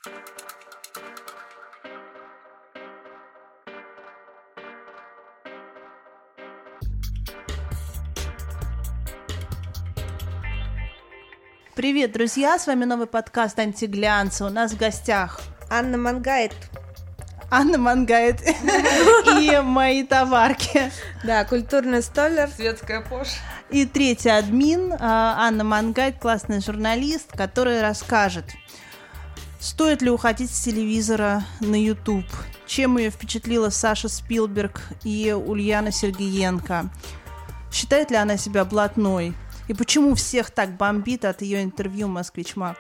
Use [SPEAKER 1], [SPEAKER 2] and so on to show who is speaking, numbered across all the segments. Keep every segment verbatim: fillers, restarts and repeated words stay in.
[SPEAKER 1] Привет, друзья! С вами новый подкаст «Антиглянца». У нас в гостях
[SPEAKER 2] Анна Мангайт.
[SPEAKER 1] Анна Мангайт и мои товарки.
[SPEAKER 2] Да, культурный столер.
[SPEAKER 3] Светская пош.
[SPEAKER 1] И третий админ Анна Мангайт, классный журналист, который расскажет, стоит ли уходить с телевизора на YouTube, чем ее впечатлила Саша Спилберг и Ульяна Сергеенко, считает ли она себя блатной, и почему всех так бомбит от ее интервью «Москвич Маг».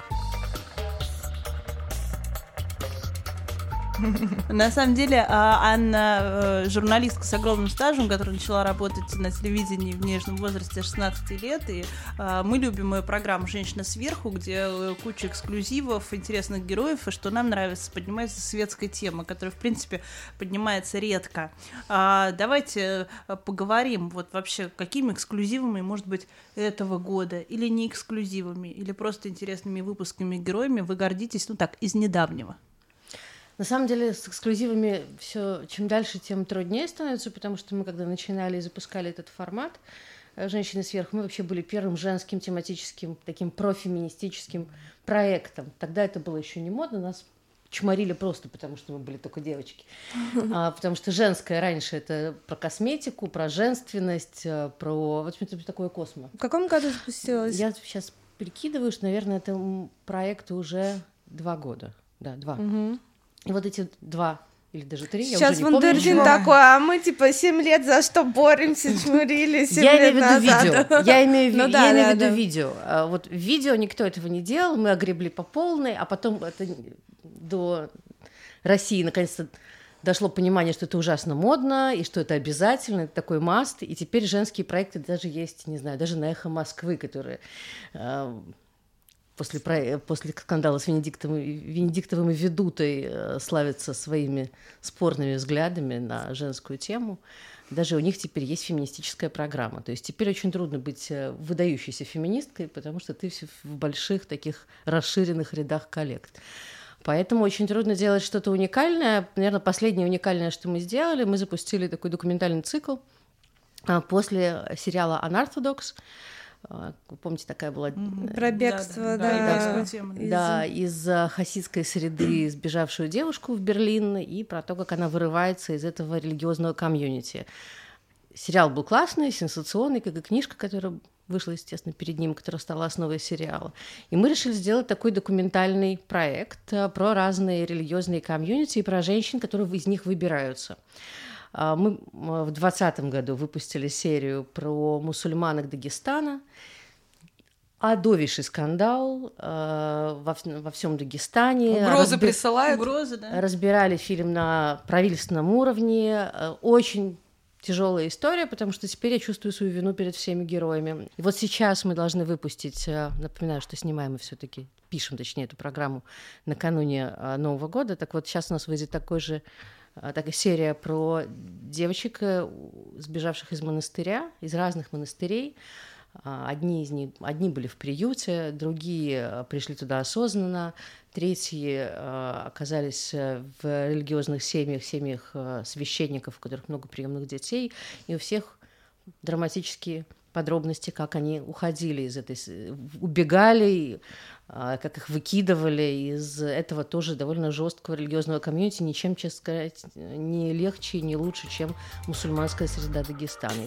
[SPEAKER 1] На самом деле, Анна журналистка с огромным стажем, которая начала работать на телевидении в нежном возрасте шестнадцати лет, и мы любим ее программу «Женщина сверху», где куча эксклюзивов, интересных героев, и что нам нравится, поднимается светская тема, которая, в принципе, поднимается редко. Давайте поговорим, вот вообще, какими эксклюзивами, может быть, этого года, или не эксклюзивами, или просто интересными выпусками героями вы гордитесь, ну так, из недавнего?
[SPEAKER 4] На самом деле с эксклюзивами все чем дальше, тем труднее становится, потому что мы, когда начинали и запускали этот формат «Женщины сверху», мы вообще были первым женским тематическим таким профеминистическим проектом. Тогда это было еще не модно, нас чморили просто, потому что мы были только девочки. А, потому что женское раньше это про косметику, про женственность, про вот такое космо.
[SPEAKER 2] В каком году запустилось?
[SPEAKER 4] Я сейчас прикидываю, что, наверное, этому проекту уже два года. Да, два.
[SPEAKER 2] Угу.
[SPEAKER 4] И вот эти два или даже три,
[SPEAKER 2] сейчас
[SPEAKER 4] я уже не помню.
[SPEAKER 2] Вундеркинд такой, а мы типа семь лет за что боремся, чмурили семь
[SPEAKER 4] я
[SPEAKER 2] лет
[SPEAKER 4] имею
[SPEAKER 2] назад.
[SPEAKER 4] Видео. Я имею,
[SPEAKER 2] ну,
[SPEAKER 4] я
[SPEAKER 2] да,
[SPEAKER 4] имею
[SPEAKER 2] да,
[SPEAKER 4] в виду
[SPEAKER 2] да.
[SPEAKER 4] видео. Вот видео никто этого не делал, мы огребли по полной, а потом это до России наконец-то дошло понимание, что это ужасно модно, и что это обязательно, это такой маст, и теперь женские проекты даже есть, не знаю, даже на «Эхо Москвы», которые... После, после скандала с Венедиктовым, Венедиктовым и Ведутой э, славятся своими спорными взглядами на женскую тему. Даже у них теперь есть феминистическая программа. То есть теперь очень трудно быть выдающейся феминисткой, потому что ты в больших таких расширенных рядах коллег. Поэтому очень трудно делать что-то уникальное. Наверное, последнее уникальное, что мы сделали, мы запустили такой документальный цикл после сериала «Unorthodox». Вы помните, такая была...
[SPEAKER 2] Про бегство, да.
[SPEAKER 4] Да,
[SPEAKER 2] да,
[SPEAKER 4] да, да. да из хасидской среды сбежавшую девушку в Берлин и про то, как она вырывается из этого религиозного комьюнити. Сериал был классный, сенсационный, как и книжка, которая вышла, естественно, перед ним, которая стала основой сериала. И мы решили сделать такой документальный проект про разные религиозные комьюнити и про женщин, которые из них выбираются. Мы в двадцатом году выпустили серию про мусульманок Дагестана. Адовейший скандал э, во, во всем Дагестане.
[SPEAKER 3] Угрозы
[SPEAKER 4] Разби...
[SPEAKER 3] присылают?
[SPEAKER 1] Угрозы, да.
[SPEAKER 4] Разбирали фильм на правительственном уровне. Очень тяжелая история, потому что теперь я чувствую свою вину перед всеми героями. И вот сейчас мы должны выпустить, напоминаю, что снимаем мы все-таки, пишем, точнее, эту программу накануне Нового года. Так вот, сейчас у нас выйдет такой же такая серия про девочек, сбежавших из монастыря, из разных монастырей. Одни из них, одни были в приюте, другие пришли туда осознанно, третьи оказались в религиозных семьях, семьях священников, у которых много приемных детей, и у всех драматические подробности, как они уходили из этой, убегали, как их выкидывали из этого тоже довольно жесткого религиозного комьюнити, ничем, честно сказать, не легче и не лучше, чем мусульманская среда Дагестана.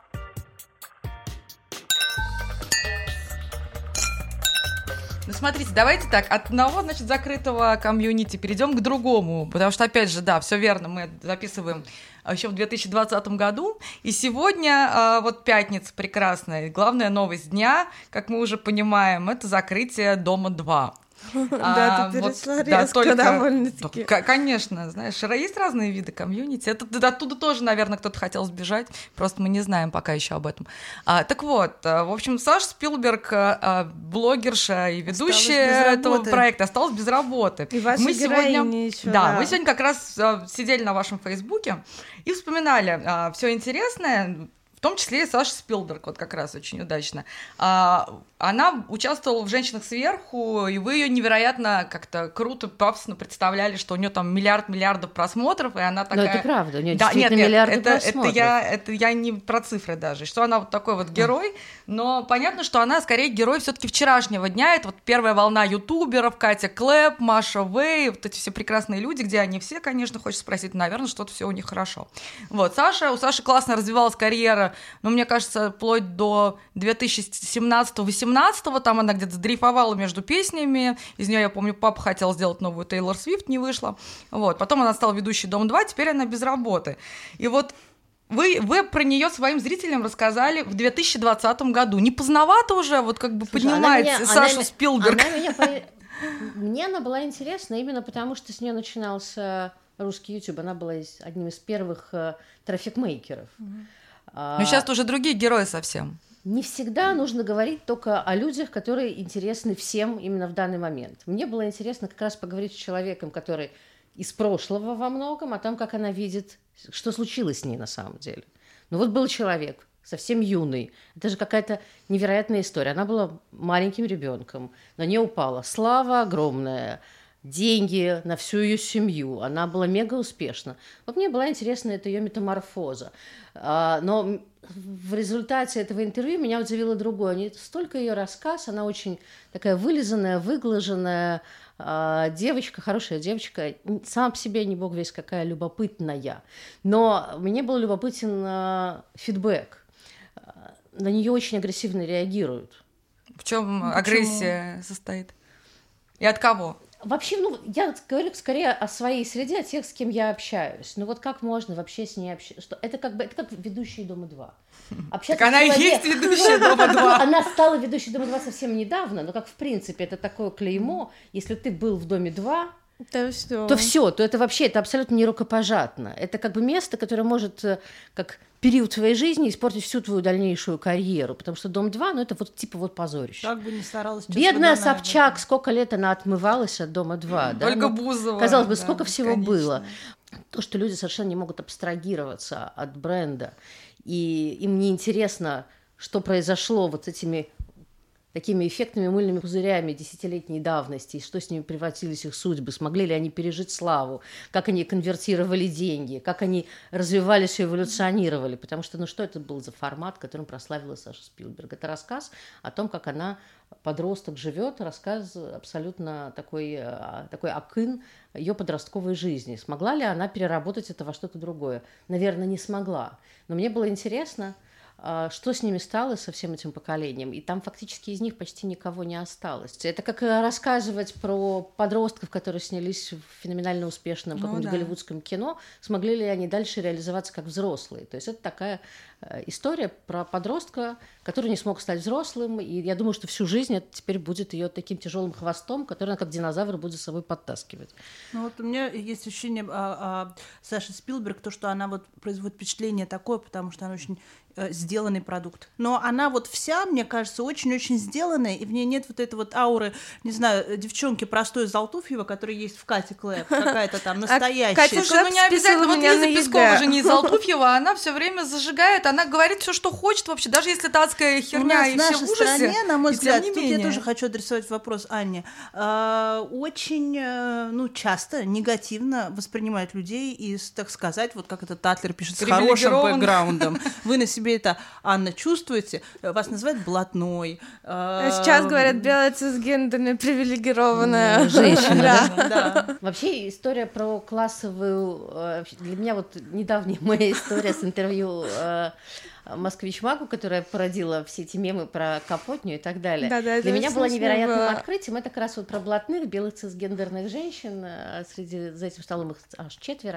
[SPEAKER 3] Ну, смотрите, давайте так, от одного, значит, закрытого комьюнити перейдем к другому, потому что, опять же, да, все верно, мы записываем еще в две тысячи двадцатом году, и сегодня, вот пятница прекрасная, главная новость дня, как мы уже понимаем, это закрытие «Дома-два».
[SPEAKER 2] Да, ты перешла резко довольно-таки.
[SPEAKER 3] Конечно, знаешь, есть разные виды комьюнити. Это оттуда тоже, наверное, кто-то хотел сбежать. Просто мы не знаем пока еще об этом. А, так вот, в общем, Саша Спилберг, блогерша и ведущая этого проекта, осталась без работы.
[SPEAKER 2] И ваша
[SPEAKER 3] мы
[SPEAKER 2] героиня
[SPEAKER 3] сегодня,
[SPEAKER 2] еще.
[SPEAKER 3] Да,
[SPEAKER 2] да,
[SPEAKER 3] мы сегодня как раз сидели на вашем Фейсбуке и вспоминали все интересное. В том числе и Саша Спилберг, вот как раз очень удачно. А, она участвовала в «Женщинах сверху», и вы ее невероятно как-то круто, пафосно представляли, что у нее там миллиард миллиардов просмотров, и она такая...
[SPEAKER 4] Но это правда, у нее
[SPEAKER 3] да,
[SPEAKER 4] действительно
[SPEAKER 3] нет, нет,
[SPEAKER 4] миллиарды
[SPEAKER 3] это,
[SPEAKER 4] просмотров.
[SPEAKER 3] Это я, это я не про цифры даже, что она вот такой вот герой, но понятно, что она скорее герой все-таки вчерашнего дня. Это вот первая волна ютуберов, Катя Клэп, Маша Вэй, вот эти все прекрасные люди, где они все, конечно, хочется спросить, наверное, что-то все у них хорошо. Вот, Саша, у Саши классно развивалась карьера, но мне кажется, вплоть до две тысячи семнадцатого-восемнадцатого, там она где-то дрейфовала между песнями, из нее, я помню, папа хотел сделать новую Тейлор Свифт, не вышло, вот, потом она стала ведущей «Дом-два», теперь она без работы, и вот Вы, вы про нее своим зрителям рассказали в две тысячи двадцатом году. Не поздновато уже, вот как бы
[SPEAKER 4] Слушай,
[SPEAKER 3] поднимать
[SPEAKER 4] она меня,
[SPEAKER 3] Сашу
[SPEAKER 4] она,
[SPEAKER 3] Спилберг?
[SPEAKER 4] Она меня по... Мне она была интересна именно потому, что с нее начинался русский YouTube. Она была из, одним из первых э, трафикмейкеров.
[SPEAKER 3] Mm-hmm.
[SPEAKER 4] А...
[SPEAKER 3] Но сейчас уже другие герои совсем.
[SPEAKER 4] Не всегда нужно говорить только о людях, которые интересны всем именно в данный момент. Мне было интересно как раз поговорить с человеком, который из прошлого во многом, о том, как она видит, что случилось с ней на самом деле. Ну вот был человек, совсем юный. Это же какая-то невероятная история. Она была маленьким ребенком, на нее упала слава огромная, деньги на всю ее семью. Она была мега успешна. Вот мне была интересна эта ее метаморфоза. Но в результате этого интервью меня удивило другое. Не столько ее рассказ, она очень такая вылизанная, выглаженная девочка, хорошая девочка, сама по себе не бог весть какая любопытная. Но мне был любопытен фидбэк. На нее очень агрессивно реагируют.
[SPEAKER 3] В чем
[SPEAKER 1] Почему?
[SPEAKER 3] агрессия состоит? И от кого?
[SPEAKER 4] Вообще, ну, я говорю скорее о своей среде, о тех, с кем я общаюсь. Ну вот как можно вообще с ней общаться? Что это как бы это как ведущие «Дома-два».
[SPEAKER 3] Так она и есть ведущая «Дома-два».
[SPEAKER 4] Она стала ведущей «Дома-два» совсем недавно, но как в принципе это такое клеймо. Если ты был в «Доме-два»,
[SPEAKER 2] то все.
[SPEAKER 4] то все, то это вообще это абсолютно не рукопожатно. Это как бы место, которое может как период твоей жизни испортить всю твою дальнейшую карьеру, потому что «Дом-два», ну это вот типа вот позорище.
[SPEAKER 1] Как бы ни старалась.
[SPEAKER 4] Бедная Собчак, сколько лет она отмывалась от «Дома-два», да?
[SPEAKER 3] Ольга
[SPEAKER 4] ну,
[SPEAKER 3] Бузова.
[SPEAKER 4] Казалось бы,
[SPEAKER 3] да,
[SPEAKER 4] сколько всего
[SPEAKER 3] конечно.
[SPEAKER 4] было. То, что люди совершенно не могут абстрагироваться от бренда, и им не интересно, что произошло вот с этими такими эффектными мыльными пузырями десятилетней давности, и что с ними превратились их судьбы, смогли ли они пережить славу, как они конвертировали деньги, как они развивались и эволюционировали, потому что, ну что это был за формат, которым прославила Саша Спилберг? Это рассказ о том, как она, подросток, живет, рассказ абсолютно такой, такой акын ее подростковой жизни. Смогла ли она переработать это во что-то другое? Наверное, не смогла. Но мне было интересно, что с ними стало, со всем этим поколением, и там фактически из них почти никого не осталось. Это как рассказывать про подростков, которые снялись в феноменально успешном
[SPEAKER 3] ну,
[SPEAKER 4] каком-нибудь
[SPEAKER 3] да.
[SPEAKER 4] голливудском кино, смогли ли они дальше реализоваться как взрослые. То есть это такая история про подростка, который не смог стать взрослым, и я думаю, что всю жизнь это теперь будет ее таким тяжелым хвостом, который она как динозавр будет за собой подтаскивать.
[SPEAKER 1] Ну вот у меня есть ощущение о, о Саше Спилберг, то, что она вот производит впечатление такое, потому что она очень э, сделанный продукт. Но она вот вся, мне кажется, очень-очень сделанная, и в ней нет вот этой вот ауры, не знаю, девчонки простой из Алтуфьева, которая есть в Кате Клэп, какая-то там настоящая.
[SPEAKER 2] Катя
[SPEAKER 3] Слушай, ну не обязательно, вот
[SPEAKER 2] меня
[SPEAKER 3] Лиза
[SPEAKER 2] на
[SPEAKER 3] Пескова
[SPEAKER 2] ЕГЭ.
[SPEAKER 3] же не из Алтуфьева, она все время зажигает, она говорит все, что хочет вообще, даже если это адская
[SPEAKER 1] У
[SPEAKER 3] херня
[SPEAKER 1] нас
[SPEAKER 3] и
[SPEAKER 1] в
[SPEAKER 3] все
[SPEAKER 1] нашей
[SPEAKER 3] в ужасе.
[SPEAKER 1] стране, на мой
[SPEAKER 3] и тем
[SPEAKER 1] взгляд,
[SPEAKER 3] не
[SPEAKER 1] тут я
[SPEAKER 3] менее.
[SPEAKER 1] тоже хочу адресовать вопрос Анне, э, очень, э, ну, часто негативно воспринимают людей из, так сказать, вот как это Татлер пишет, с хорошим
[SPEAKER 3] Привилегирован.
[SPEAKER 1] бэкграундом. Вы на себе это, Анна, чувствуете? Вас называют блатной.
[SPEAKER 2] А сейчас говорят, белая цисгендерная привилегированная
[SPEAKER 4] Женщина,
[SPEAKER 1] Да, да.
[SPEAKER 4] Вообще история про классовую... э, Для меня вот недавняя моя история с интервью э, Москвич Магу, которая породила все эти мемы про Капотню и так далее.
[SPEAKER 2] Да, да,
[SPEAKER 4] Для
[SPEAKER 2] это
[SPEAKER 4] меня
[SPEAKER 2] очень
[SPEAKER 4] было
[SPEAKER 2] смешно
[SPEAKER 4] невероятным
[SPEAKER 2] было.
[SPEAKER 4] открытием. Это как раз вот про блатных, белых цисгендерных женщин. э, Среди, за этим столом их аж четверо.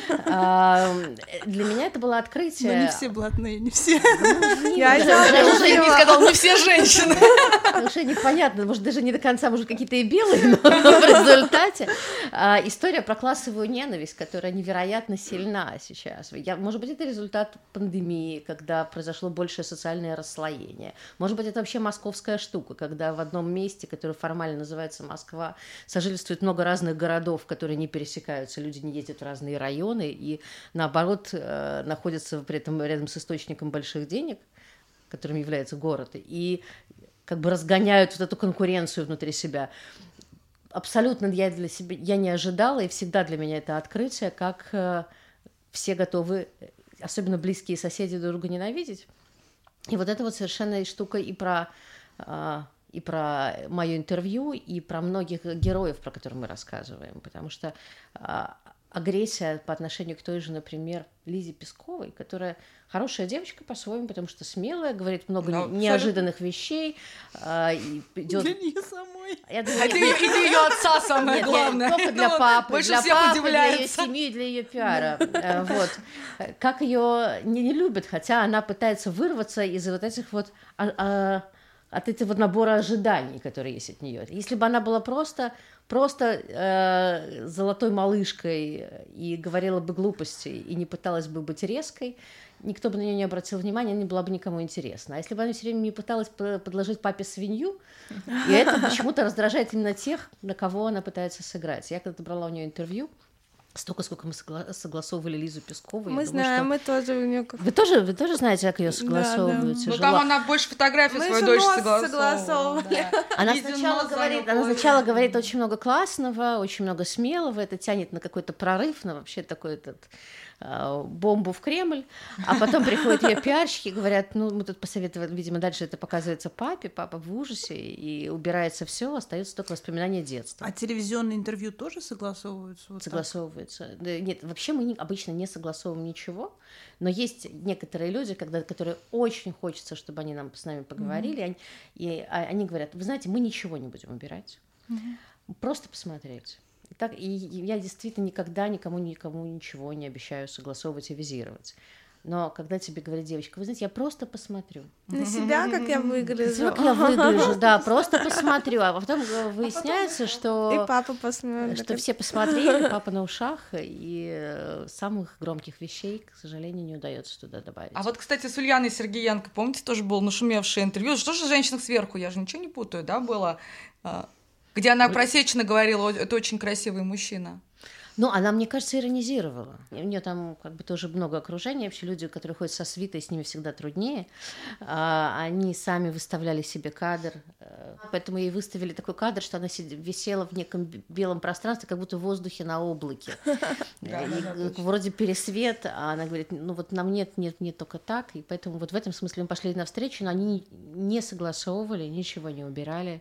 [SPEAKER 4] А, Для меня это было открытие.
[SPEAKER 1] Но не все блатные, не все.
[SPEAKER 2] Я
[SPEAKER 4] Уже-
[SPEAKER 2] знала,
[SPEAKER 4] уже-
[SPEAKER 2] что
[SPEAKER 4] уже-
[SPEAKER 3] Я не сказала, не все женщины.
[SPEAKER 4] Уже непонятно, может, даже не до конца, может, какие-то и белые, но в результате а, история про классовую ненависть, которая невероятно сильна сейчас. Я, может быть, это результат пандемии, когда произошло большее социальное расслоение. Может быть, это вообще московская штука, когда в одном месте, которое формально называется Москва, сожительствует много разных городов, которые не пересекаются, люди не ездят в разные районы и, наоборот, э, находятся при этом рядом с источником больших денег, которым является город. И как бы разгоняют вот эту конкуренцию внутри себя. Абсолютно я для себя я не ожидала, и всегда для меня это открытие, как э, все готовы, особенно близкие соседи, друг друга ненавидеть. И вот это вот совершенно штука и про, э, и про мое интервью, и про многих героев, про которых мы рассказываем, потому что э, агрессия по отношению к той же, например, Лизе Песковой, которая хорошая девочка по-своему, потому что смелая, говорит много
[SPEAKER 3] Но
[SPEAKER 4] неожиданных абсолютно... вещей. Э, идет...
[SPEAKER 1] Для нее самой.
[SPEAKER 4] Я думаю,
[SPEAKER 3] а ты, и ты ее отца самое
[SPEAKER 4] нет,
[SPEAKER 3] главное.
[SPEAKER 4] Нет, только для папы,
[SPEAKER 3] Больше
[SPEAKER 4] для
[SPEAKER 3] всех
[SPEAKER 4] папы,
[SPEAKER 3] удивляется.
[SPEAKER 4] для ее семьи, для ее пиара. Э, вот. Как ее не, не любят, хотя она пытается вырваться из вот этих вот... А, а, от этого набора ожиданий, которые есть от нее. Если бы она была просто, просто э, золотой малышкой и говорила бы глупости, и не пыталась бы быть резкой, никто бы на нее не обратил внимания, она не была бы никому интересна. А если бы она все время не пыталась подложить папе свинью, и это почему-то раздражает именно тех, на кого она пытается сыграть. Я когда-то брала у нее интервью, столько, сколько мы согла- согласовывали Лизу Пескову.
[SPEAKER 2] Мы
[SPEAKER 4] я
[SPEAKER 2] знаем,
[SPEAKER 4] думаю, что...
[SPEAKER 2] мы тоже у нее как...
[SPEAKER 4] Вы тоже, вы тоже знаете, как ее согласовывают?
[SPEAKER 2] Да, да.
[SPEAKER 4] Тяжело.
[SPEAKER 3] Ну там она больше фотографий
[SPEAKER 2] Мы
[SPEAKER 3] свою
[SPEAKER 2] же
[SPEAKER 3] дочь
[SPEAKER 2] нос
[SPEAKER 3] согласовывала.
[SPEAKER 2] согласовывали.
[SPEAKER 3] Да.
[SPEAKER 4] Она
[SPEAKER 3] Лизин
[SPEAKER 4] сначала,
[SPEAKER 3] нос
[SPEAKER 4] говорит,
[SPEAKER 3] занял
[SPEAKER 4] она
[SPEAKER 3] пол.
[SPEAKER 4] сначала говорит очень много классного, очень много смелого, это тянет на какой-то прорыв, на вообще такой этот э, бомбу в Кремль, а потом приходят ее пиарщики и говорят, ну, мы тут посоветовали, видимо, дальше это показывается папе, папа в ужасе, и убирается все, остается только воспоминания детства.
[SPEAKER 1] А телевизионные интервью тоже согласовываются? Вот
[SPEAKER 4] Согласовываются. Да, нет, вообще мы не, обычно не согласовываем ничего, но есть некоторые люди, когда, которые очень хочется, чтобы они нам с нами поговорили, mm-hmm. они, и а, они говорят, вы знаете, мы ничего не будем убирать, mm-hmm. просто посмотреть. И, так, и я действительно никогда никому, никому ничего не обещаю согласовывать и визировать. Но когда тебе говорит девочка, вы знаете, я просто посмотрю.
[SPEAKER 2] На себя, как я выгляжу.
[SPEAKER 4] Как я выгляжу, да, просто посмотрю. А потом выясняется,
[SPEAKER 2] И
[SPEAKER 4] что,
[SPEAKER 2] папа посмотрит.
[SPEAKER 4] что все посмотрели, папа на ушах, и самых громких вещей, к сожалению, не удается туда добавить.
[SPEAKER 3] А вот, кстати, с Ульяной Сергеенко, помните, тоже было нашумевшее интервью, что же «Женщина сверху», я же ничего не путаю, да, было, где она просеченно говорила, это очень красивый мужчина.
[SPEAKER 4] Ну, она, мне кажется, иронизировала. У нее там как бы тоже много окружения. Вообще люди, которые ходят со свитой, с ними всегда труднее. А, они сами выставляли себе кадр. Поэтому ей выставили такой кадр, что она сид... висела в неком белом пространстве, как будто в воздухе на облаке. Вроде пересвет, а она говорит, ну вот нам нет, нет, нет, только так. И поэтому вот в этом смысле мы пошли навстречу, но они не согласовывали, ничего не убирали.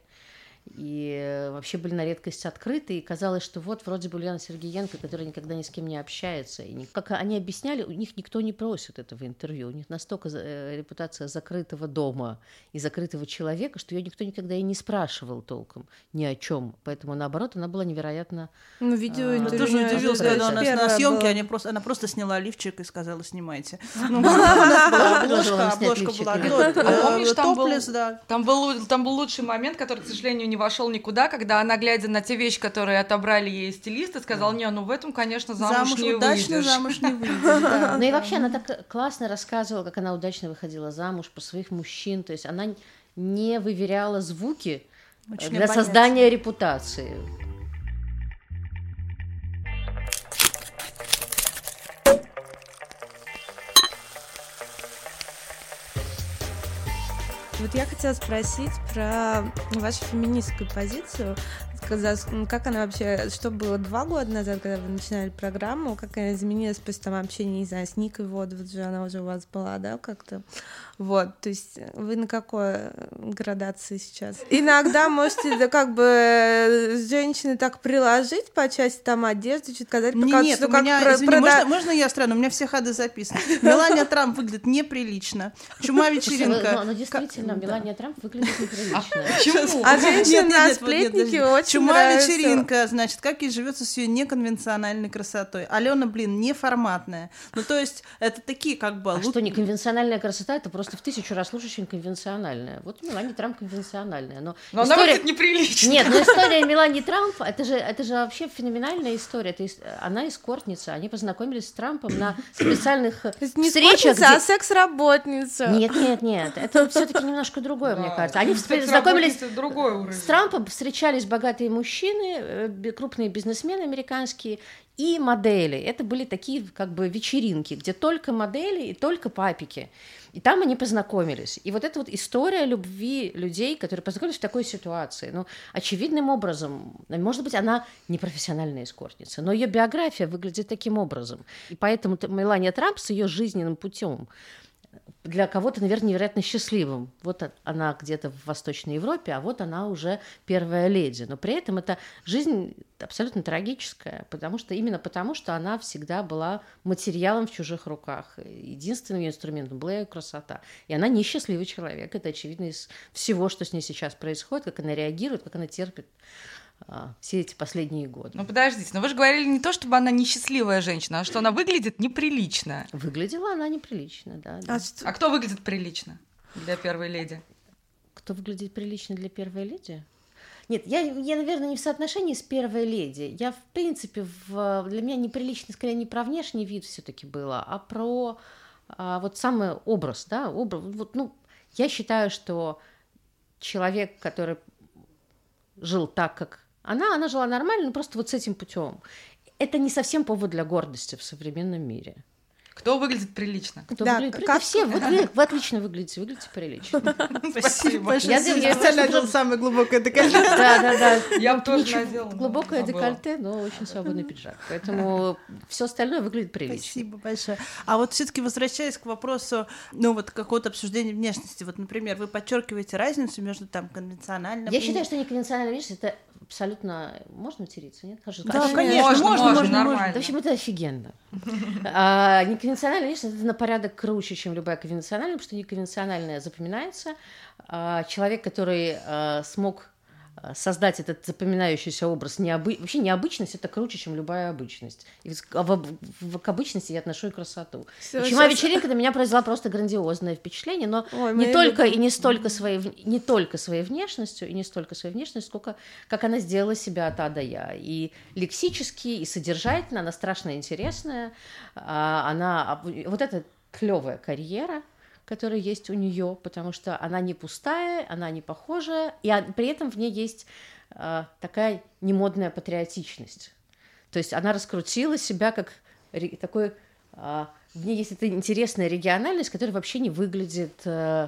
[SPEAKER 4] И вообще были на редкость открыты, и казалось, что вот вроде бы Ульяна Сергеенко, которая никогда ни с кем не общается, и не... как они объясняли, у них никто не просит этого интервью, у них настолько репутация закрытого дома и закрытого человека, что ее никто никогда и не спрашивал толком ни о чем, поэтому наоборот она была невероятно.
[SPEAKER 2] Ну видео
[SPEAKER 1] Я
[SPEAKER 2] интервью.
[SPEAKER 1] тоже удивилась, когда у нас на съемке они просто, она просто сняла лифчик и сказала, снимайте. Ну, у нас была обложка, обложка была топлес, да.
[SPEAKER 3] Там был там был лучший момент, который, к сожалению, не вошел никуда, когда она, глядя на те вещи, которые отобрали ей стилисты, сказала, не, ну в этом, конечно, замуж, замуж не
[SPEAKER 1] удачно,
[SPEAKER 3] выйдешь.
[SPEAKER 1] замуж не выйдешь. Да.
[SPEAKER 4] Ну и вообще она так классно рассказывала, как она удачно выходила замуж по своих мужчин, то есть она не выверяла звуки
[SPEAKER 1] Очень
[SPEAKER 4] для
[SPEAKER 1] понятно.
[SPEAKER 4] создания репутации.
[SPEAKER 2] Вот я хотела спросить про вашу феминистскую позицию. Когда, как она вообще, что было два года назад, когда вы начинали программу, как она изменилась после там общения, не знаю, с Никой Водовой, же она уже у вас была, да, как-то? Вот, то есть вы на какой градации сейчас? Иногда можете, да, как бы женщины так приложить по части там одежды, чуть сказать, показать,
[SPEAKER 1] Нет,
[SPEAKER 2] что
[SPEAKER 1] у
[SPEAKER 2] как
[SPEAKER 1] меня,
[SPEAKER 2] про-
[SPEAKER 1] извини,
[SPEAKER 2] прода-
[SPEAKER 1] можно, можно я странно? У меня все ходы записаны. Мелания Трамп выглядит неприлично. Чума вечеринка.
[SPEAKER 4] Ну, действительно, Мелания Трамп выглядит неприлично.
[SPEAKER 3] Почему?
[SPEAKER 2] А
[SPEAKER 1] Нет,
[SPEAKER 2] женщины
[SPEAKER 1] нет,
[SPEAKER 2] на
[SPEAKER 1] нет, вот нет,
[SPEAKER 2] сплетники
[SPEAKER 1] подожди.
[SPEAKER 2] очень
[SPEAKER 1] Чума
[SPEAKER 2] нравятся.
[SPEAKER 1] вечеринка, значит, как ей живется с ее неконвенциональной красотой. Алена, блин, неформатная. Ну, то есть, это такие, как бы...
[SPEAKER 4] А
[SPEAKER 1] лу-
[SPEAKER 4] что, неконвенциональная красота, это просто в тысячу раз лучше, чем конвенциональная. Вот Мелания Трамп конвенциональная. Но,
[SPEAKER 3] Но она
[SPEAKER 4] история...
[SPEAKER 3] выглядит неприлично.
[SPEAKER 4] Нет, но история Мелании Трамп, это же, это же вообще феноменальная история. Это ис- она эскортница. Они познакомились с Трампом на специальных
[SPEAKER 2] То есть не
[SPEAKER 4] встречах.
[SPEAKER 2] скотница, а
[SPEAKER 4] где-
[SPEAKER 2] секс-работница.
[SPEAKER 4] Нет, нет, нет. Это все-таки немножко другое, мне
[SPEAKER 3] Да,
[SPEAKER 4] кажется. Они
[SPEAKER 3] секс-работница
[SPEAKER 4] знакомились
[SPEAKER 3] — другой уровень.
[SPEAKER 4] с Трампом, встречались богатые богатые мужчины, крупные бизнесмены американские и модели. Это были такие как бы вечеринки, где только модели и только папики. И там они познакомились. И вот эта вот история любви людей, которые познакомились в такой ситуации, ну, очевидным образом, может быть, она не профессиональная эскортница, но ее биография выглядит таким образом. И поэтому Мелания Трамп с ее жизненным путем для кого-то, наверное, невероятно счастливым. Вот она где-то в Восточной Европе, а вот она уже первая леди. Но при этом это жизнь абсолютно трагическая, потому что, именно потому, что она всегда была материалом в чужих руках. Единственным ее инструментом была ее красота. И она несчастливый человек. Это очевидно из всего, что с ней сейчас происходит, как она реагирует, как она терпит все эти последние годы.
[SPEAKER 3] Ну, подождите, но вы же говорили не то, чтобы она несчастливая женщина, а что она выглядит неприлично.
[SPEAKER 4] Выглядела она неприлично, да. да.
[SPEAKER 3] А, а кто выглядит прилично для первой леди?
[SPEAKER 4] Кто выглядит прилично для первой леди? Нет, я, я, наверное, не в соотношении с первой леди. Я, в принципе, в, для меня неприлично, скорее, не про внешний вид все-таки было, а про а, вот самый образ, да, образ. Вот, ну, я считаю, что человек, который жил так, как она, она жила нормально, но просто вот с этим путем. Это не совсем повод для гордости в современном мире.
[SPEAKER 3] Кто выглядит прилично?
[SPEAKER 4] Кто
[SPEAKER 2] да,
[SPEAKER 4] выглядит
[SPEAKER 2] как...
[SPEAKER 4] прилично? Все, вот вы, вы отлично выглядите, выглядите прилично.
[SPEAKER 1] Спасибо большое.
[SPEAKER 4] Я
[SPEAKER 1] специально надела самое глубокое декольте.
[SPEAKER 4] Да, да, да.
[SPEAKER 3] Я бы тоже надела.
[SPEAKER 4] Глубокое декольте, но очень свободный пиджак. Поэтому все остальное выглядит прилично.
[SPEAKER 1] Спасибо большое. А вот все-таки возвращаясь к вопросу, ну вот какого-то обсуждения внешности, вот, например, вы подчеркиваете разницу между там конвенциональным.
[SPEAKER 4] Я считаю, что неконвенциональная внешность это абсолютно можно материться, нет? Хорошо.
[SPEAKER 1] Да,
[SPEAKER 4] а
[SPEAKER 1] конечно,
[SPEAKER 3] можно,
[SPEAKER 1] можно,
[SPEAKER 3] можно,
[SPEAKER 1] можно,
[SPEAKER 3] нормально.
[SPEAKER 1] можно.
[SPEAKER 4] В общем, это офигенно. А, неконвенциональная внешность это на порядок круче, чем любая конвенциональная, потому что неконвенциональная запоминается. А, человек, который а, смог создать этот запоминающийся образ, необы... вообще необычность это круче, чем любая обычность. И в... В... В... к обычности я отношу и красоту. Почему вечеринка на меня произвела просто грандиозное впечатление, но Ой, не только любовь. и не столько своей не только своей внешностью и не столько своей внешностью, сколько как она сделала себя от А до Я. И лексически, и содержательно, она страшно интересная. Она вот эта клевая карьера, которая есть у нее, потому что она не пустая, она не похожая, и при этом в ней есть э, такая немодная патриотичность. То есть она раскрутила себя как такой... Э, в ней есть эта интересная региональность, которая вообще не выглядит... Э,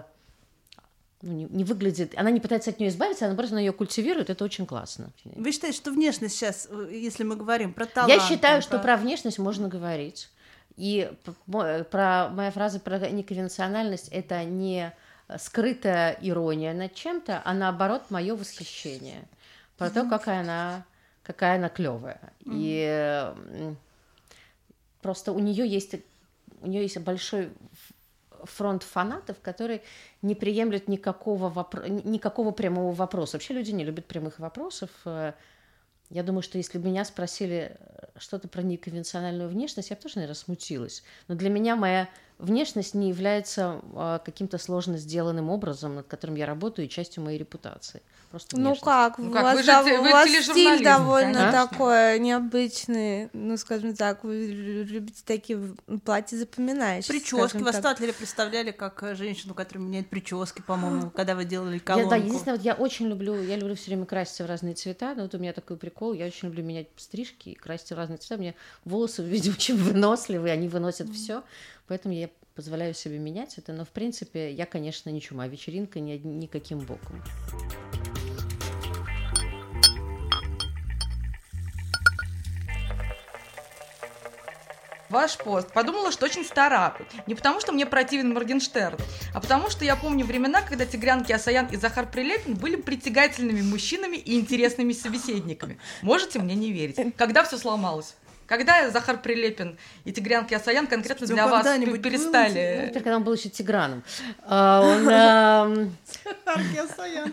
[SPEAKER 4] ну, не, не выглядит... Она не пытается от нее избавиться, она просто ее культивирует, это очень классно.
[SPEAKER 1] Вы считаете, что внешность сейчас, если мы говорим про талант...
[SPEAKER 4] Я считаю,
[SPEAKER 1] про...
[SPEAKER 4] что про внешность можно говорить. И про, моя фраза про неконвенциональность – это не скрытая ирония над чем-то, а наоборот мое восхищение про то, какая она, какая она клевая. Mm-hmm. И просто у нее есть, у нее есть большой фронт фанатов, которые не приемлют никакого, вопро- никакого прямого вопроса. Вообще люди не любят прямых вопросов. Я думаю, что если бы меня спросили что-то про неконвенциональную внешность, я бы тоже, наверное, смутилась. Но для меня моя внешность не является а, каким-то сложно сделанным образом, над которым я работаю, и частью моей репутации. Просто
[SPEAKER 2] ну как,
[SPEAKER 3] ну
[SPEAKER 2] у
[SPEAKER 3] как?
[SPEAKER 2] вас,
[SPEAKER 3] Вы же,
[SPEAKER 2] да,
[SPEAKER 3] вы
[SPEAKER 2] у вас стиль довольно
[SPEAKER 3] конечно.
[SPEAKER 2] такой необычный, ну, скажем так, вы любите такие платья запоминающиеся.
[SPEAKER 1] Прически, вас Татлере представляли как женщину, которая меняет прически, по-моему, когда вы делали колонку.
[SPEAKER 4] Я, да, единственное, вот я очень люблю, я люблю все время краситься в разные цвета, но вот у меня такой прикол, я очень люблю менять стрижки и краситься в разные цвета, у меня волосы, видимо, очень выносливые, они выносят все, поэтому я позволяю себе менять это, но, в принципе, я, конечно, не чума, вечеринка ни, никаким боком.
[SPEAKER 3] Ваш пост. Подумала, что очень стара. Не потому, что мне противен Моргенштерн, а потому, что я помню времена, когда Тигран Кеосаян и Захар Прилепин были притягательными мужчинами и интересными собеседниками. Можете мне не верить. Когда все сломалось? Когда Захар Прилепин и Тигран Кеосаян конкретно
[SPEAKER 1] Что,
[SPEAKER 3] для вас перестали?
[SPEAKER 4] Ну, когда он был еще Тиграном. Захар
[SPEAKER 1] Кеосаян.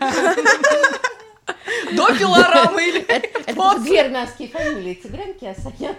[SPEAKER 3] До пилорамы или
[SPEAKER 4] это две армянские фамилии. Тигран Кеосаян.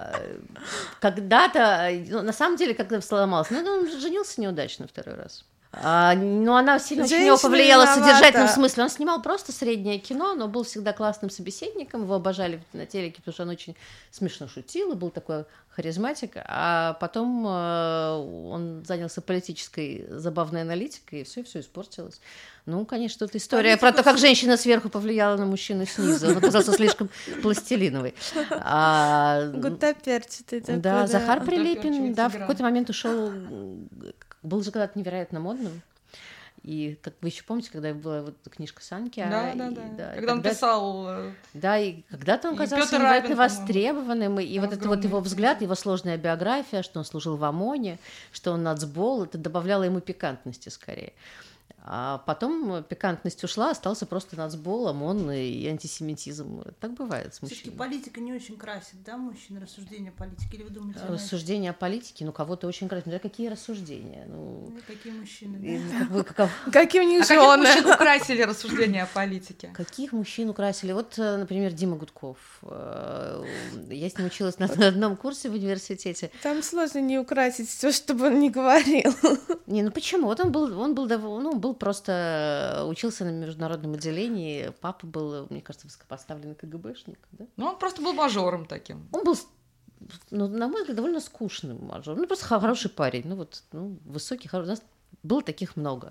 [SPEAKER 4] Когда-то, ну, на самом деле, когда сломался, ну, он женился неудачно второй раз. А, но она сильно очень
[SPEAKER 2] Женщина
[SPEAKER 4] его повлияла в
[SPEAKER 2] виновата.
[SPEAKER 4] содержательном смысле. Он снимал просто среднее кино, но был всегда классным собеседником, его обожали на телеке, потому что он очень смешно шутил и был такой харизматик. А потом э, он занялся политической забавной аналитикой, и все, все испортилось. Ну, конечно, тут история про то, как женщина сверху повлияла на мужчину снизу. Он оказался слишком пластилиновый. А,
[SPEAKER 2] Гутоперчатый такой.
[SPEAKER 4] да, Захар Прилепин,
[SPEAKER 3] Гутоперчивый
[SPEAKER 4] да, в
[SPEAKER 3] Тигран.
[SPEAKER 4] какой-то момент ушел, был же когда-то невероятно модным. И как вы еще помните, когда была вот книжка Санки,
[SPEAKER 3] Да,
[SPEAKER 4] и,
[SPEAKER 3] да, да.
[SPEAKER 4] да, и
[SPEAKER 3] Когда он
[SPEAKER 4] когда-
[SPEAKER 3] писал... э,
[SPEAKER 4] да, и когда-то он
[SPEAKER 3] И
[SPEAKER 4] казался
[SPEAKER 3] Пётр
[SPEAKER 4] невероятно
[SPEAKER 3] Рабин, по-моему.
[SPEAKER 4] востребованным, и, и вот это вот
[SPEAKER 3] Огромный
[SPEAKER 4] его
[SPEAKER 3] фильм.
[SPEAKER 4] взгляд, его сложная биография, что он служил в ОМОНе, что он нацбол, это добавляло ему пикантности скорее. А потом пикантность ушла, остался просто нацбол, ОМОН и антисемитизм. Так бывает с
[SPEAKER 1] Все-таки
[SPEAKER 4] мужчинами.
[SPEAKER 1] политика не очень красит, да, мужчин, рассуждения политики? Или вы думаете, она-
[SPEAKER 4] Рассуждения о политике, ну кого-то очень красит. Да какие рассуждения? Ну,
[SPEAKER 1] Ну, какие мужчины?
[SPEAKER 4] и
[SPEAKER 1] да?
[SPEAKER 4] как вы- каков-
[SPEAKER 2] Какие у них
[SPEAKER 3] А каких
[SPEAKER 2] жены.
[SPEAKER 3] мужчин украсили рассуждения о политике?
[SPEAKER 4] Каких мужчин украсили? Вот, э, например, Дима Гудков. Э, Я с ним училась на на одном курсе в университете.
[SPEAKER 2] Там сложно не украсить все, чтобы он не говорил.
[SPEAKER 4] Не, ну почему? Вот он был, он был, дов- ну, был просто учился на международном отделении. Папа был, мне кажется, высокопоставленный КГБшник. Да?
[SPEAKER 3] Ну, он просто был мажором таким.
[SPEAKER 4] Он был, ну, на мой взгляд, довольно скучным мажором. Ну, просто хороший парень. Ну, вот, ну, высокий, хороший. У нас было таких много.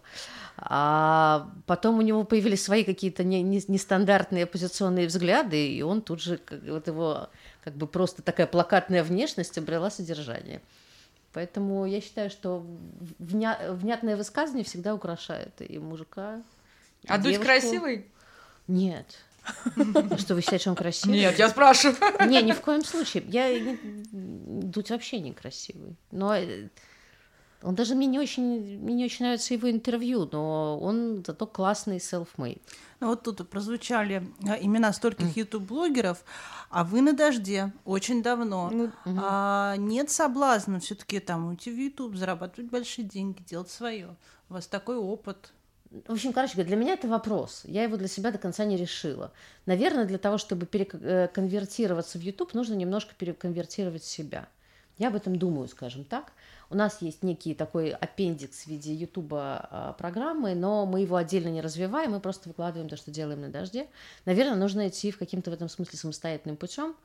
[SPEAKER 4] А потом у него появились свои какие-то не- не- нестандартные оппозиционные взгляды, и он тут же, как- вот его как бы просто такая плакатная внешность обрела содержание. Поэтому я считаю, что вня- внятное высказывание всегда украшает и мужика, и
[SPEAKER 3] А Дудь
[SPEAKER 4] девушку.
[SPEAKER 3] красивый?
[SPEAKER 4] Нет. А что, вы считаете, что он красивый?
[SPEAKER 3] Нет, я спрашиваю.
[SPEAKER 4] Не, ни в коем случае. Я не- Дудь вообще некрасивый. Но э, он даже мне не очень, мне не очень нравится его интервью, но он зато классный self-made.
[SPEAKER 1] Ну, вот тут прозвучали а, имена стольких ютуб-блогеров, а вы на дожде очень давно.
[SPEAKER 2] Ну,
[SPEAKER 1] А, нет соблазна все-таки там уйти в Ютуб, зарабатывать большие деньги, делать свое. У вас такой опыт.
[SPEAKER 4] В общем, короче говоря, для меня это вопрос. Я его для себя до конца не решила. Наверное, для того, чтобы переконвертироваться в YouTube, нужно немножко переконвертировать себя. Я об этом думаю, скажем так. У нас есть некий такой аппендикс в виде Ютуба программы, но мы его отдельно не развиваем, мы просто выкладываем то, что делаем на дожде. Наверное, нужно идти в каким-то в этом смысле самостоятельным путем.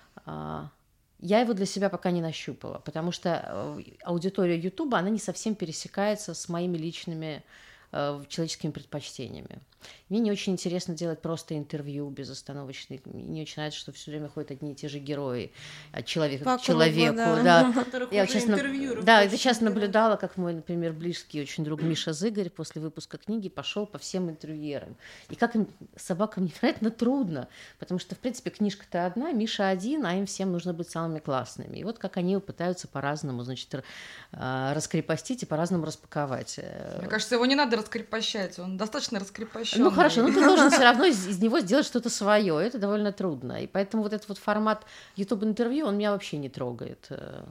[SPEAKER 4] Я его для себя пока не нащупала, потому что аудитория Ютуба, она не совсем пересекается с моими личными человеческими предпочтениями. Мне не очень интересно делать просто интервью безостановочные. Мне не очень нравится, что все время ходят одни и те же герои от человека
[SPEAKER 2] По
[SPEAKER 4] к человеку.
[SPEAKER 2] кругу,
[SPEAKER 4] Да.
[SPEAKER 1] Которых
[SPEAKER 4] Я
[SPEAKER 1] уже
[SPEAKER 4] вот сейчас,
[SPEAKER 1] интервьюируют
[SPEAKER 4] да,
[SPEAKER 1] очень
[SPEAKER 4] это сейчас
[SPEAKER 1] здорово.
[SPEAKER 4] наблюдала, как мой, например, близкий очень друг Миша Зыгорь после выпуска книги пошел по всем интервьюерам. И как им, собакам, невероятно трудно, потому что, в принципе, книжка-то одна, Миша один, а им всем нужно быть самыми классными. И вот как они пытаются по-разному, значит, р- а, раскрепостить и по-разному распаковать.
[SPEAKER 3] Мне кажется, его не надо раскрепощать, он достаточно раскрепощен.
[SPEAKER 4] Ну хорошо, ну ты должен все равно из, из него сделать что-то свое. Это довольно трудно. И поэтому вот этот вот формат YouTube-интервью, он меня вообще не трогает.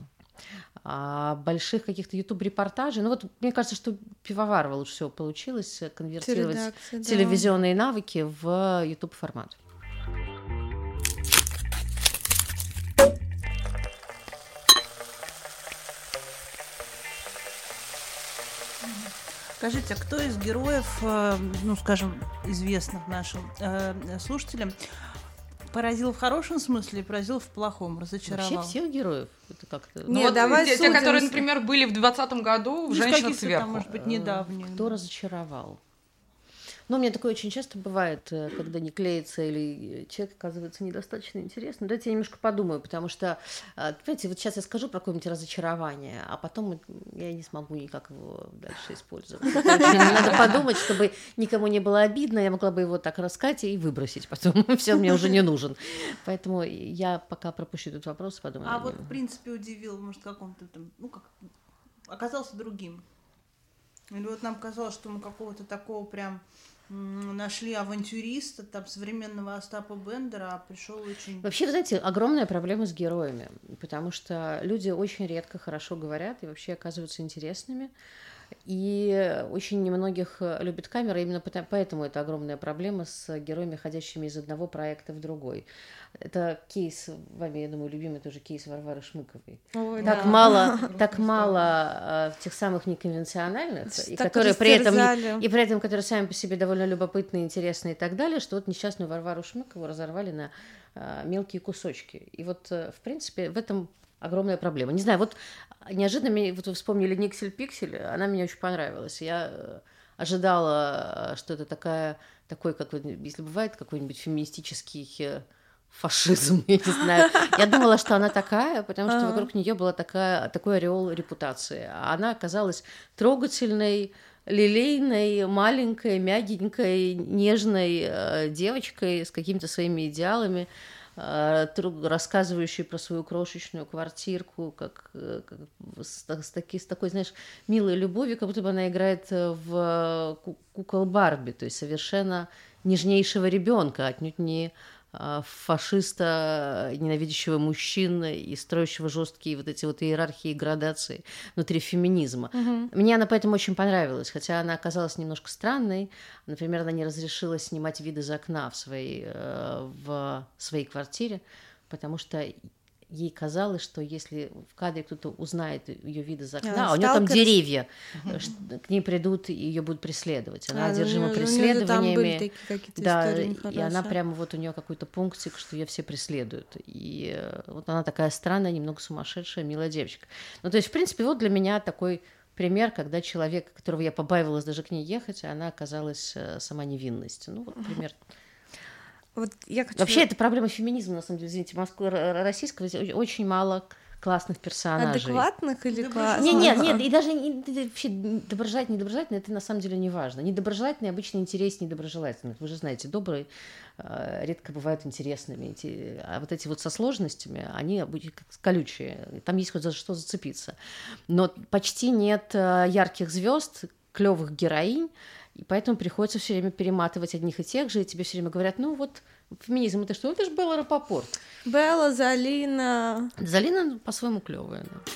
[SPEAKER 4] А больших каких-то YouTube-репортажей, ну вот мне кажется, что Пивоварова лучше всего получилось конвертировать
[SPEAKER 2] редакция, да.
[SPEAKER 4] телевизионные навыки в YouTube-формат.
[SPEAKER 1] Скажите, а кто из героев, э, ну, скажем, известных нашим э, слушателям, поразил в хорошем смысле и поразил в плохом, разочаровал?
[SPEAKER 4] Вообще всех героев. Это как-то...
[SPEAKER 3] Ну,
[SPEAKER 2] Не,
[SPEAKER 3] вот
[SPEAKER 2] давай
[SPEAKER 3] те, те,
[SPEAKER 2] судим.
[SPEAKER 3] которые, например, были в двадцатом году в
[SPEAKER 1] Ну, из
[SPEAKER 3] «Женщина
[SPEAKER 1] каких-то
[SPEAKER 3] сверху».
[SPEAKER 1] там, может быть, недавних.
[SPEAKER 4] Кто разочаровал? Ну, у меня такое очень часто бывает, э, когда не клеится или человек оказывается недостаточно интересным. Дайте я немножко подумаю, потому что, э, понимаете, вот сейчас я скажу про какое-нибудь разочарование, а потом я не смогу никак его дальше использовать. Это очень надо подумать, чтобы никому не было обидно, я могла бы его так рассказать и выбросить потом. Все, он мне уже не нужен. Поэтому я пока пропущу этот вопрос и подумаю.
[SPEAKER 1] А
[SPEAKER 4] о
[SPEAKER 1] вот,
[SPEAKER 4] нем.
[SPEAKER 1] в принципе, удивил, может, каком-то там, ну, как, оказался другим. Или вот нам казалось, что мы какого-то такого прям м, нашли авантюриста, там, современного Остапа Бендера, а пришел очень...
[SPEAKER 4] Вообще, вы знаете, огромная проблема с героями, потому что люди очень редко хорошо говорят и вообще оказываются интересными. И очень немногих любят камеры, именно поэтому это огромная проблема с героями, ходящими из одного проекта в другой. Это кейс, вами, я думаю, любимый тоже кейс Варвары Шмыковой. Ой, так да. мало, так мало тех самых неконвенциональных, и которые при этом, и при этом, которые сами по себе довольно любопытные, интересные и так далее, что вот несчастную Варвару Шмыкову разорвали на а, мелкие кусочки. И вот, в принципе, в этом огромная проблема. Не знаю, вот неожиданно вот вы вспомнили Никсель-Пиксель, она мне очень понравилась. Я ожидала, что это такая, такой, как, если бывает какой-нибудь феминистический фашизм, я не знаю. Я думала, что она такая, потому что вокруг нее была такая, такой ореол репутации. А она оказалась трогательной, лилейной, маленькой, мягенькой, нежной э, девочкой с какими-то своими идеалами, э, рассказывающей про свою крошечную квартирку, как, как с, с, таки, с такой, знаешь, милой любовью, как будто бы она играет в кукол Барби, то есть совершенно нежнейшего ребенка, отнюдь не фашиста, ненавидящего мужчин и строящего жесткие вот эти вот иерархии и градации внутри феминизма. Угу. Мне она поэтому очень понравилась, хотя она оказалась немножко странной. Например, она не разрешила снимать вид из окна в своей, в своей квартире, потому что ей казалось, что если в кадре кто-то узнает ее вид из окна, а, а у нее там деревья, uh-huh. к ней придут и ее будут преследовать. Она а, одержима ну, преследованиями. Да, и она прямо вот у нее какой-то пунктик, что ее все преследуют. И вот она такая странная, немного сумасшедшая, милая девочка. Ну, то есть, в принципе, вот для меня такой пример, когда человек, которого я побаивалась даже к ней ехать, она оказалась сама невинность. Ну, вот пример.
[SPEAKER 2] Вот я хочу...
[SPEAKER 4] Вообще, это проблема феминизма, на самом деле, извините, Москвы российского, очень мало классных персонажей.
[SPEAKER 2] Адекватных или классных?
[SPEAKER 4] Нет, нет, нет, и даже не, вообще доброжелательный, недоброжелательный, это на самом деле не важно. Недоброжелательный обычно интереснее недоброжелательных. Вы же знаете, добрые э, редко бывают интересными, а вот эти вот со сложностями, они как колючие, там есть хоть за что зацепиться. Но почти нет ярких звезд, клевых героинь, и поэтому приходится все время перематывать одних и тех же, и тебе все время говорят, ну вот, феминизм, это что? Это же Белла Рапопорт.
[SPEAKER 2] Белла, Залина.
[SPEAKER 4] Залина по-своему клевая, да.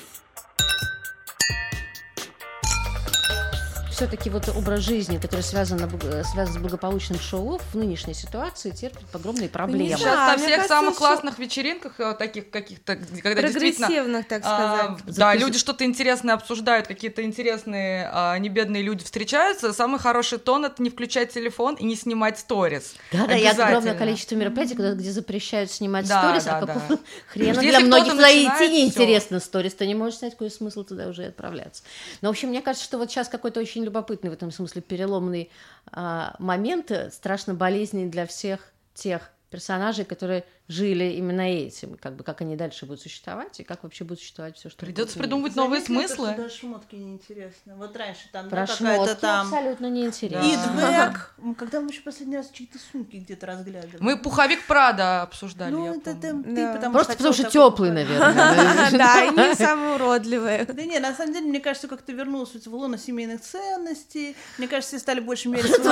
[SPEAKER 4] Все-таки вот образ жизни, который связан, связан с благополучным шоу, в нынешней ситуации терпит огромные проблемы.
[SPEAKER 3] Сейчас на всех кажется, самых классных вечеринках, таких каких-то, когда действительно...
[SPEAKER 2] так сказать.
[SPEAKER 3] А, да, люди что-то интересное обсуждают, какие-то интересные, а, небедные люди встречаются. Самый хороший тон — это не включать телефон и не снимать сторис.
[SPEAKER 4] Да-да, и огромное количество мероприятий, где запрещают снимать
[SPEAKER 3] да,
[SPEAKER 4] сторис,
[SPEAKER 3] да,
[SPEAKER 4] а
[SPEAKER 3] да.
[SPEAKER 4] какого хрена для многих идти неинтересно сторис, ты не можешь снять, какой смысл туда уже отправляться. Но, в общем, мне кажется, что вот сейчас какой-то очень любопытный в этом смысле переломный а, момент, страшно болезненный для всех тех персонажей, которые жили именно этим, как бы как они дальше будут существовать и как вообще будет существовать все, что
[SPEAKER 3] придется придумывать новые смыслы.
[SPEAKER 1] Даже шмотки неинтересно. Вот раньше там
[SPEAKER 4] про
[SPEAKER 1] да,
[SPEAKER 4] шмотки
[SPEAKER 1] там
[SPEAKER 4] абсолютно неинтересно.
[SPEAKER 1] Идвек. Когда мы еще последний раз чьи-то сумки где-то разглядывали.
[SPEAKER 3] Мы пуховик Прада обсуждали.
[SPEAKER 1] Ну это ты,
[SPEAKER 2] да.
[SPEAKER 1] потому
[SPEAKER 4] просто потому что теплый, наверное.
[SPEAKER 2] Да, и не самые уродливые.
[SPEAKER 1] Да не, на самом деле, мне кажется, как-то вернулась в лоно семейных ценностей. Мне кажется, все стали больше мерить свою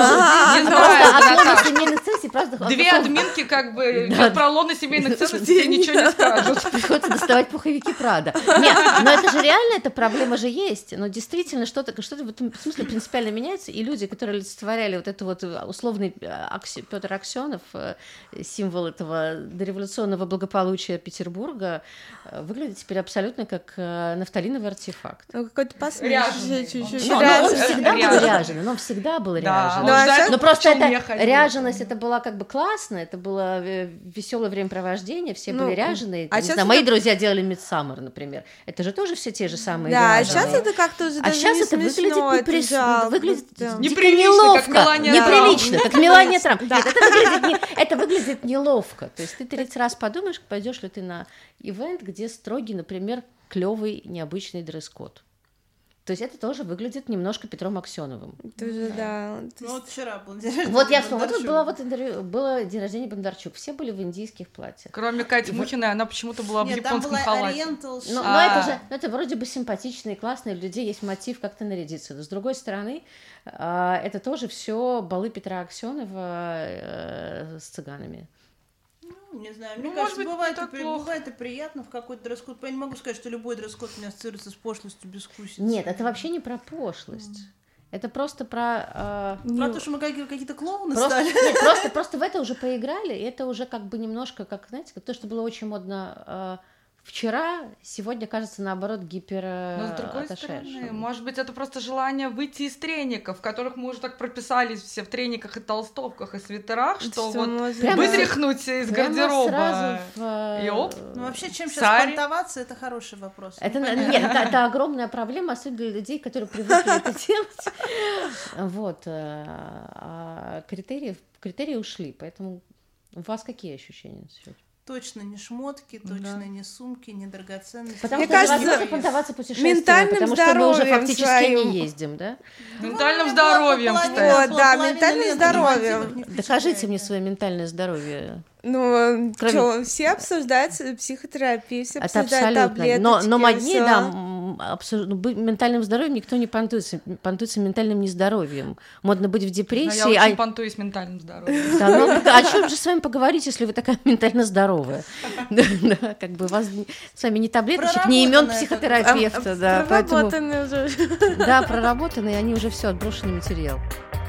[SPEAKER 3] жизнь. Две админки как бы про лоно семейных ценностей ничего не скажут.
[SPEAKER 4] Приходится доставать пуховики Прада. Нет, но это же реально, эта проблема же есть. Но действительно что-то, что-то в этом смысле принципиально меняется, и люди, которые олицетворяли вот это вот условный Акси... Петр Аксенов, символ этого дореволюционного благополучия Петербурга, выглядит теперь абсолютно как нафталиновый артефакт.
[SPEAKER 2] Ну, какой-то посмешище чуть-чуть.
[SPEAKER 4] Но, но он всегда был ряженый, но он всегда был ряженый.
[SPEAKER 3] Да,
[SPEAKER 4] но просто эта ряженость, это была как бы классно, это было веселое времяпровождение, все ну, были ряженые. А не знаю, мои это... друзья делали Мидсаммер, например. Это же тоже все те же самые
[SPEAKER 2] да,
[SPEAKER 4] ряженые.
[SPEAKER 2] А сейчас это как-то уже
[SPEAKER 4] а
[SPEAKER 2] даже
[SPEAKER 4] сейчас
[SPEAKER 2] не
[SPEAKER 4] это
[SPEAKER 2] смешно,
[SPEAKER 4] выглядит неприлично, выглядит
[SPEAKER 2] да.
[SPEAKER 3] неприлично, как Мелания
[SPEAKER 4] неприлично, как Мелания Трамп. Нет, это выглядит, не, это выглядит неловко. То есть ты тридцать раз подумаешь, пойдешь ли ты на ивент, где строгий, например, клевый необычный дресс-код. То есть это тоже выглядит немножко Петром Аксеновым.
[SPEAKER 2] Тоже, да.
[SPEAKER 1] Ну вот вчера был день рождения.
[SPEAKER 4] Вот я вспомнила, вот было, вот интервью, было день рождения Бондарчук, все были в индийских платьях.
[SPEAKER 3] Кроме Кати Мухиной, она почему-то была
[SPEAKER 1] Нет,
[SPEAKER 3] в японском халате.
[SPEAKER 1] Но,
[SPEAKER 4] но это же, ну, это вроде бы симпатично и классно, и у людей есть мотив как-то нарядиться. Но с другой стороны, это тоже все балы Петра Аксенова с цыганами.
[SPEAKER 1] Ну, не знаю, мне
[SPEAKER 3] Ну,
[SPEAKER 1] кажется,
[SPEAKER 3] может быть,
[SPEAKER 1] бывает,
[SPEAKER 3] не
[SPEAKER 1] и,
[SPEAKER 3] так
[SPEAKER 1] при-
[SPEAKER 3] плохо.
[SPEAKER 1] бывает и приятно в какой-то дресс-код. Я не могу сказать, что любой дресс-код у меня ассоциируется с пошлостью, безвкусицей.
[SPEAKER 4] Нет, это вообще не про пошлость. Это просто про... э,
[SPEAKER 1] Про то, что мы какие- какие-то клоуны
[SPEAKER 4] Просто,
[SPEAKER 1] стали.
[SPEAKER 4] нет, просто, просто в это уже поиграли, и это уже как бы немножко, как, знаете, как то, что было очень модно э, вчера, сегодня кажется, наоборот, гипер э,
[SPEAKER 3] Но с другой
[SPEAKER 4] отошедшим.
[SPEAKER 3] стороны, может быть, это просто желание выйти из треников, в которых мы уже так прописались все в трениках и толстовках и свитерах, что
[SPEAKER 2] Что
[SPEAKER 3] вот
[SPEAKER 2] может
[SPEAKER 4] Прямо-
[SPEAKER 2] быть.
[SPEAKER 3] вытряхнуть из
[SPEAKER 4] Прямо
[SPEAKER 3] гардероба.
[SPEAKER 4] сразу в, э,
[SPEAKER 3] И оп.
[SPEAKER 1] Ну, вообще, чем сейчас
[SPEAKER 3] Сари.
[SPEAKER 1] понтоваться, это хороший вопрос.
[SPEAKER 4] Это,
[SPEAKER 1] Ну,
[SPEAKER 4] нет, это, это огромная проблема, особенно для людей, которые привыкли это делать. Вот. э, а критерии, критерии ушли, поэтому у вас какие ощущения на этот счёт?
[SPEAKER 1] Точно не шмотки, точно
[SPEAKER 3] Да.
[SPEAKER 1] не сумки, не драгоценности.
[SPEAKER 4] Потому
[SPEAKER 2] Мне
[SPEAKER 4] что
[SPEAKER 2] кажется,
[SPEAKER 4] невозможно понтоваться путешествиями,
[SPEAKER 2] ментальным
[SPEAKER 4] потому что мы уже
[SPEAKER 2] здоровьем
[SPEAKER 4] фактически
[SPEAKER 2] своим.
[SPEAKER 4] не ездим, да?
[SPEAKER 3] Ментальным
[SPEAKER 1] Ну,
[SPEAKER 3] здоровьем,
[SPEAKER 1] половина-
[SPEAKER 3] кстати.
[SPEAKER 2] Вот, да,
[SPEAKER 1] половина
[SPEAKER 2] ментальным
[SPEAKER 1] лет на
[SPEAKER 2] здоровьем.
[SPEAKER 1] Мальдивах не
[SPEAKER 4] Докажите
[SPEAKER 1] впечатляет,
[SPEAKER 4] мне
[SPEAKER 1] да.
[SPEAKER 4] свое ментальное здоровье.
[SPEAKER 2] Ну,
[SPEAKER 4] Кроме-
[SPEAKER 2] что, все обсуждают психотерапию, все
[SPEAKER 4] Это
[SPEAKER 2] обсуждают
[SPEAKER 4] абсолютно.
[SPEAKER 2] таблеточки.
[SPEAKER 4] Но, но моднее,
[SPEAKER 2] всё.
[SPEAKER 4] да, м, абсо- ну, быть ментальным здоровьем никто не понтуется. Понтуется ментальным нездоровьем. Модно быть в
[SPEAKER 3] Но
[SPEAKER 4] депрессии.
[SPEAKER 3] я очень
[SPEAKER 4] а-
[SPEAKER 3] понтуюсь ментальным здоровьем.
[SPEAKER 4] Да, ну, о чем же с вами поговорить, если вы такая ментально здоровая? Да, да, как бы у вас с вами не таблеточек, не имен
[SPEAKER 1] Проработанная
[SPEAKER 4] психотерапевта, да, поэтому
[SPEAKER 2] Проработанный уже.
[SPEAKER 4] да, проработанные, они уже все отброшенный материал.